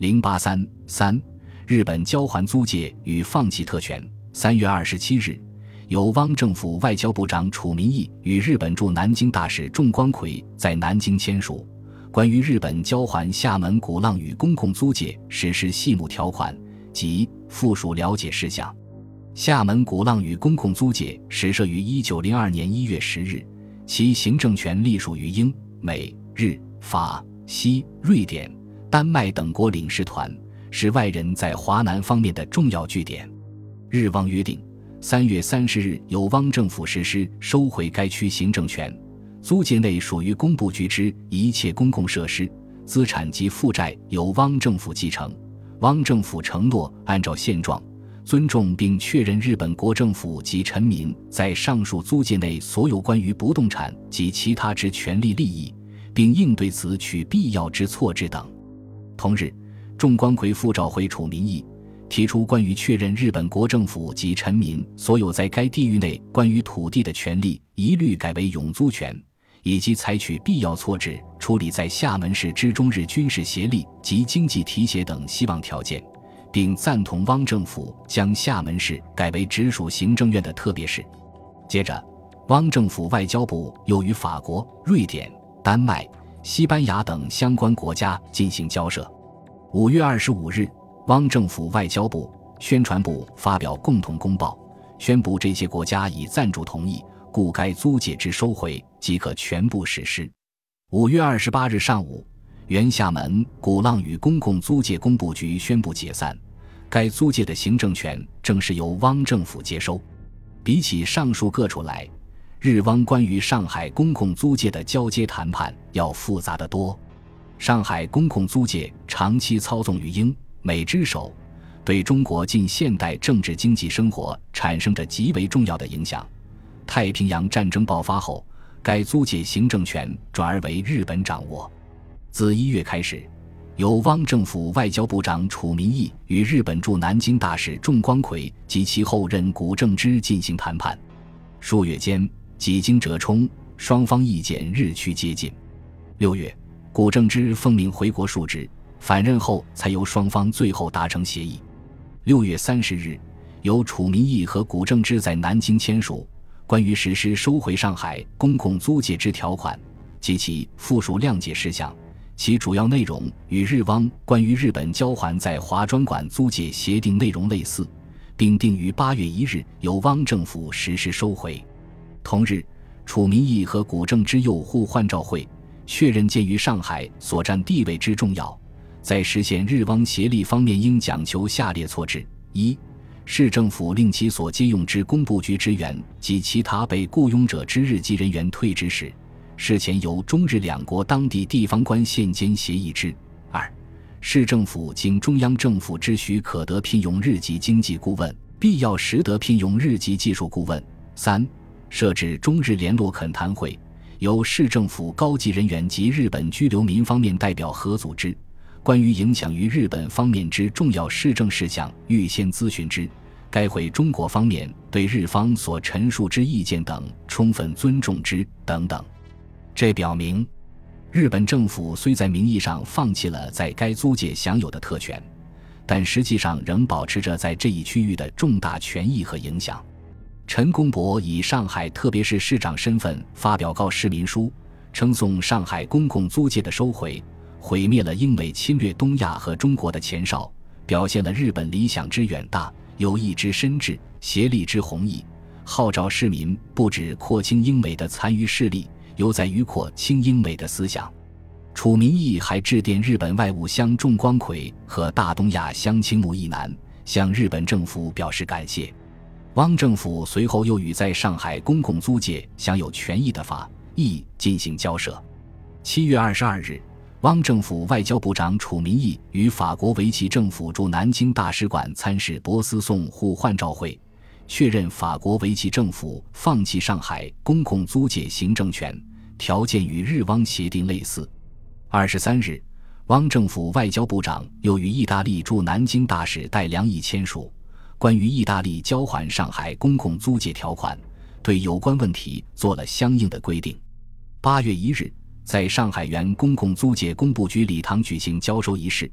083-3日本交还租界与放弃特权。3月27日，由汪政府外交部长楚民义与日本驻南京大使重光葵在南京签署关于日本交还厦门鼓浪屿公共租界实施细目条款及附属了解事项。厦门鼓浪屿公共租界始设于1902年1月10日，其行政权隶属于英、美、日、法、西、瑞典、丹麦等国领事团，是外人在华南方面的重要据点。日汪约定3月30日由汪政府实施收回该区行政权，租界内属于工部局之一切公共设施、资产及负债由汪政府继承。汪政府承诺按照现状尊重并确认日本国政府及臣民在上述租界内所有关于不动产及其他之权利利益，并应对此取必要之措置等。同日，重光葵复召回楚民义，提出关于确认日本国政府及臣民所有在该地域内关于土地的权利一律改为永租权，以及采取必要措置处理在厦门市之中日军事协力及经济提携等希望条件，并赞同汪政府将厦门市改为直属行政院的特别市。接着，汪政府外交部又与法国、瑞典、丹麦、西班牙等相关国家进行交涉。5月25日，汪政府外交部、宣传部发表共同公报，宣布这些国家已赞助同意，故该租界之收回即可全部实施。5月28日上午，原厦门鼓浪屿公共租界工部局宣布解散，该租界的行政权正式由汪政府接收。比起上述各处来，日汪关于上海公共租界的交接谈判要复杂得多。上海公共租界长期操纵于英、美之手，对中国近现代政治经济生活产生着极为重要的影响。太平洋战争爆发后，该租界行政权转而为日本掌握。自1月开始，由汪政府外交部长楚民义与日本驻南京大使重光葵及其后任谷正之进行谈判。数月间，几经折冲，双方意见日趋接近。6月，谷正之奉命回国述职，返任后才由双方最后达成协议。6月30日，由楚民义和谷正之在南京签署关于实施收回上海公共租界之条款及其附属谅解事项，其主要内容与日汪关于日本交还在华专管租界协定内容类似，并定于8月1日由汪政府实施收回。同日，楚民义和谷正之又互换照会，确认鉴于上海所占地位之重要，在实现日汪协力方面应讲求下列措置：一、市政府令其所接用之工部局职员及其他被雇佣者之日籍人员退职时，事前由中日两国当地地方官县间协议之。2、市政府经中央政府之许可得聘用日籍经济顾问，必要时得聘用日籍技术顾问。3、设置中日联络恳谈会，由市政府高级人员及日本居留民方面代表合组之，关于影响于日本方面之重要市政事项预先咨询之，该会中国方面对日方所陈述之意见等充分尊重之等等。这表明，日本政府虽在名义上放弃了在该租界享有的特权，但实际上仍保持着在这一区域的重大权益和影响。陈公博以上海特别市市长身份发表告市民书，称颂上海公共租界的收回毁灭了英美侵略东亚和中国的前哨，表现了日本理想之远大、友谊之深挚、协力之宏毅，号召市民不止扩清英美的残余势力，犹在于扩清英美的思想。楚民义还致电日本外务相重光葵和大东亚相青木一男，向日本政府表示感谢。汪政府随后又与在上海公共租界享有权益的法意进行交涉。7月22日，汪政府外交部长楚民义与法国维奇政府驻南京大使馆参事博斯颂互换照会，确认法国维奇政府放弃上海公共租界行政权，条件与日汪协定类似。23日，汪政府外交部长又与意大利驻南京大使戴良义签署关于意大利交还上海公共租界条款，对有关问题做了相应的规定。8月1日，在上海原公共租界工部局礼堂举行交收仪式，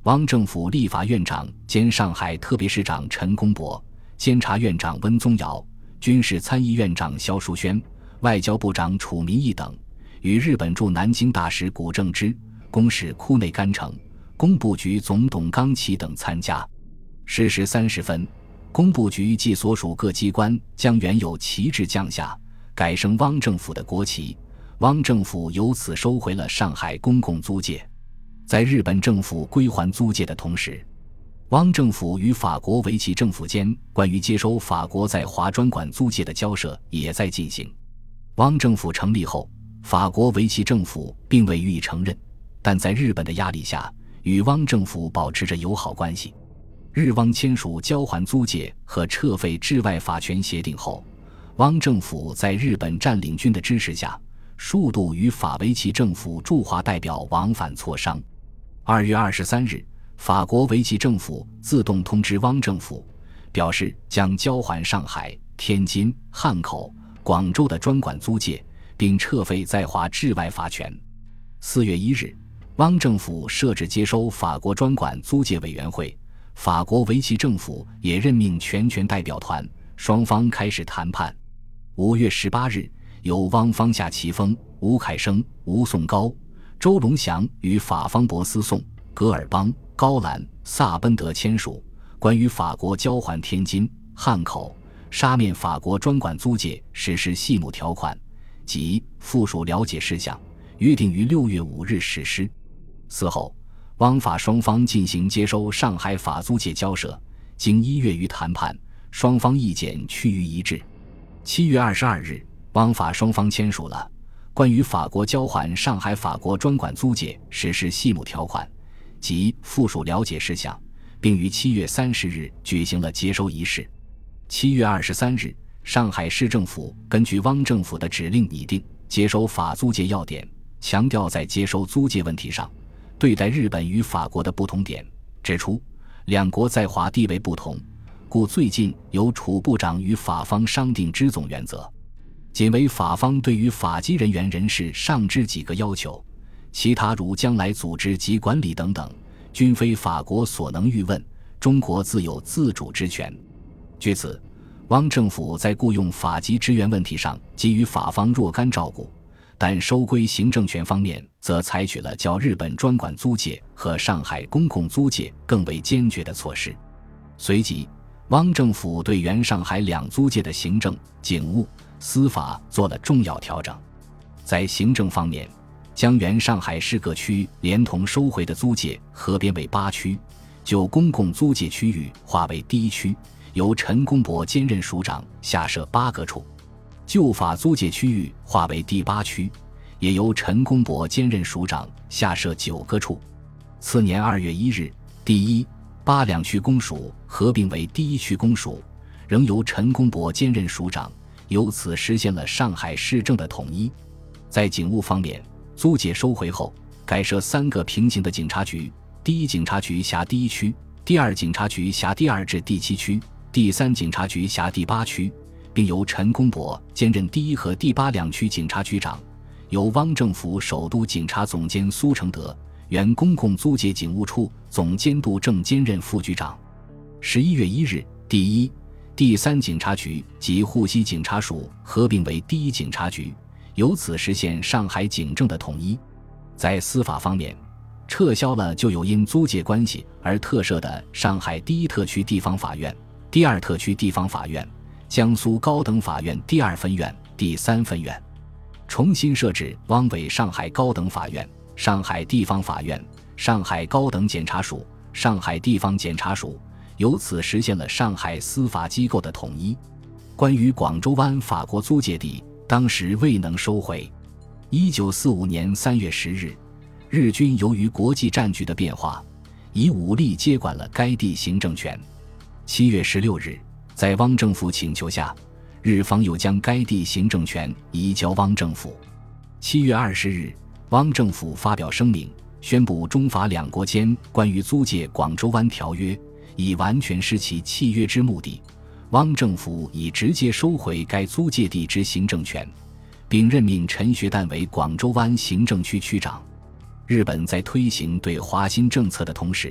汪政府立法院长兼上海特别市长陈公博、监察院长温宗尧、军事参议院长萧淑轩、外交部长楚民义等，与日本驻南京大使谷正之、公使库内干成、工部局总董纲启等参加。10时30分，工部局及所属各机关将原有旗帜降下，改升汪政府的国旗，汪政府由此收回了上海公共租界。在日本政府归还租界的同时，汪政府与法国维奇政府间关于接收法国在华专管租界的交涉也在进行。汪政府成立后，法国维奇政府并未予以承认，但在日本的压力下，与汪政府保持着友好关系。日汪签署交还租界和撤废治外法权协定后，汪政府在日本占领军的支持下，数度与法维奇政府驻华代表往返磋商。2月23日，法国维奇政府自动通知汪政府，表示将交还上海、天津、汉口、广州的专管租界，并撤废在华治外法权。4月1日，汪政府设置接收法国专管租界委员会，法国维奇政府也任命全权代表团，双方开始谈判。5月18日，由汪方下齐峰、吴凯生、吴颂高、周龙祥与法方博思颂、格尔邦、高兰、萨奔德签署关于法国交还天津、汉口、沙面法国专管租界实施细目条款及附属了解事项，约定于6月5日实施。此后，汪法双方进行接收上海法租界交涉，经1月余谈判，双方意见趋于一致。7月22日，汪法双方签署了关于法国交还上海法国专管租界实施细目条款及附属了解事项，并于7月30日举行了接收仪式。7月23日，上海市政府根据汪政府的指令拟定接收法租界要点，强调在接收租界问题上对待日本与法国的不同点，指出两国在华地位不同，故最近由楚部长与法方商定之总原则，仅为法方对于法籍人员人士上之几个要求，其他如将来组织及管理等等，均非法国所能预问，中国自有自主之权。据此，汪政府在雇用法籍职员问题上给予法方若干照顾，但收归行政权方面则采取了较日本专管租界和上海公共租界更为坚决的措施。随即，汪政府对原上海两租界的行政、警务、司法做了重要调整。在行政方面，将原上海市各区连同收回的租界合编为8区，就公共租界区域划为第1区，由陈公博兼任署长，下设8个处；旧法租界区域划为第8区，也由陈公博兼任署长，下设9个处。次年2月1日，第1、8两区公署合并为第1区公署，仍由陈公博兼任署长，由此实现了上海市政的统一。在警务方面，租界收回后，改设3个平行的警察局，第1警察局辖第1区，第2警察局辖第2至第7区，第3警察局辖第8区，并由陈公博兼任第1和第8两区警察局长，由汪政府首都警察总监苏承德原公共租界警务处总监督正兼任副局长。11月1日，第1、第3警察局及沪西警察署合并为第1警察局，由此实现上海警政的统一。在司法方面，撤销了就有因租界关系而特设的上海第1特区地方法院、第2特区地方法院、江苏高等法院第2分院、第3分院，重新设置汪伪上海高等法院、上海地方法院、上海高等检察署、上海地方检察署，由此实现了上海司法机构的统一。关于广州湾法国租界地，当时未能收回。1945年3月10日，日军由于国际战局的变化，以武力接管了该地行政权。7月16日，在汪政府请求下，日方又将该地行政权移交汪政府。7月20日，汪政府发表声明，宣布中法两国间关于租界广州湾条约以完全失其契约之目的，汪政府已直接收回该租界地之行政权，并任命陈学旦为广州湾行政区区长。日本在推行对华新政策的同时，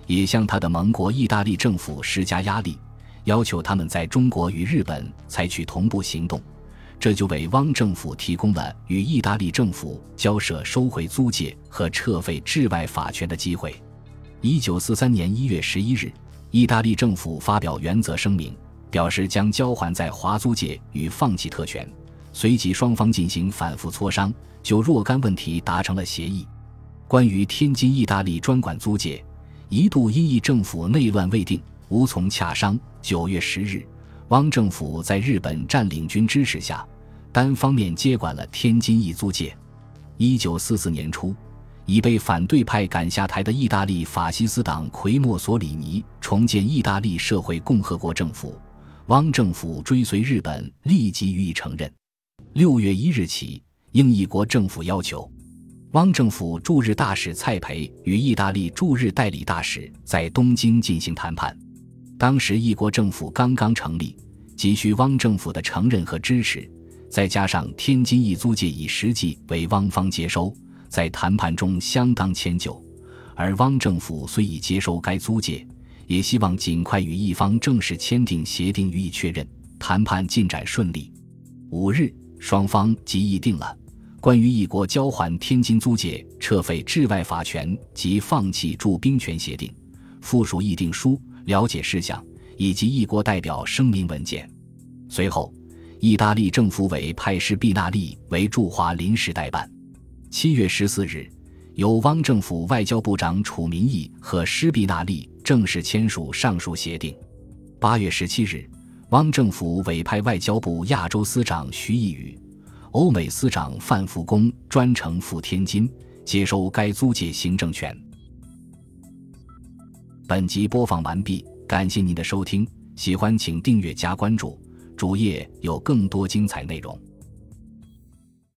也向他的盟国意大利政府施加压力，要求他们在中国与日本采取同步行动，这就为汪政府提供了与意大利政府交涉收回租界和撤废治外法权的机会。1943年1月11日，意大利政府发表原则声明，表示将交还在华租界与放弃特权，随即双方进行反复磋商，就若干问题达成了协议。关于天津意大利专管租界，一度因意政府内乱未定，无从洽商。9月10日，汪政府在日本占领军支持下，单方面接管了天津意租界。1944年初，已被反对派赶下台的意大利法西斯党奎莫索里尼重建意大利社会共和国政府，汪政府追随日本立即予以承认。6月1日起，应意国政府要求，汪政府驻日大使蔡培与意大利驻日代理大使在东京进行谈判。当时意国政府刚刚成立，急需汪政府的承认和支持，再加上天津意租界已实际为汪方接收，在谈判中相当迁就，而汪政府虽已接收该租界，也希望尽快与意方正式签订协定予以确认，谈判进展顺利。5日，双方即议定了关于意国交还天津租界、撤废治外法权及放弃驻兵权协定，附属议定书、了解事项以及意国代表声明文件。随后，意大利政府委派施毕纳利为驻华临时代办。7月14日，由汪政府外交部长楚民义和施毕纳利正式签署上述协定。8月17日，汪政府委派外交部亚洲司长徐毅宇、欧美司长范福功专程赴天津，接收该租界行政权。本集播放完毕，感谢您的收听，喜欢请订阅加关注，主页有更多精彩内容。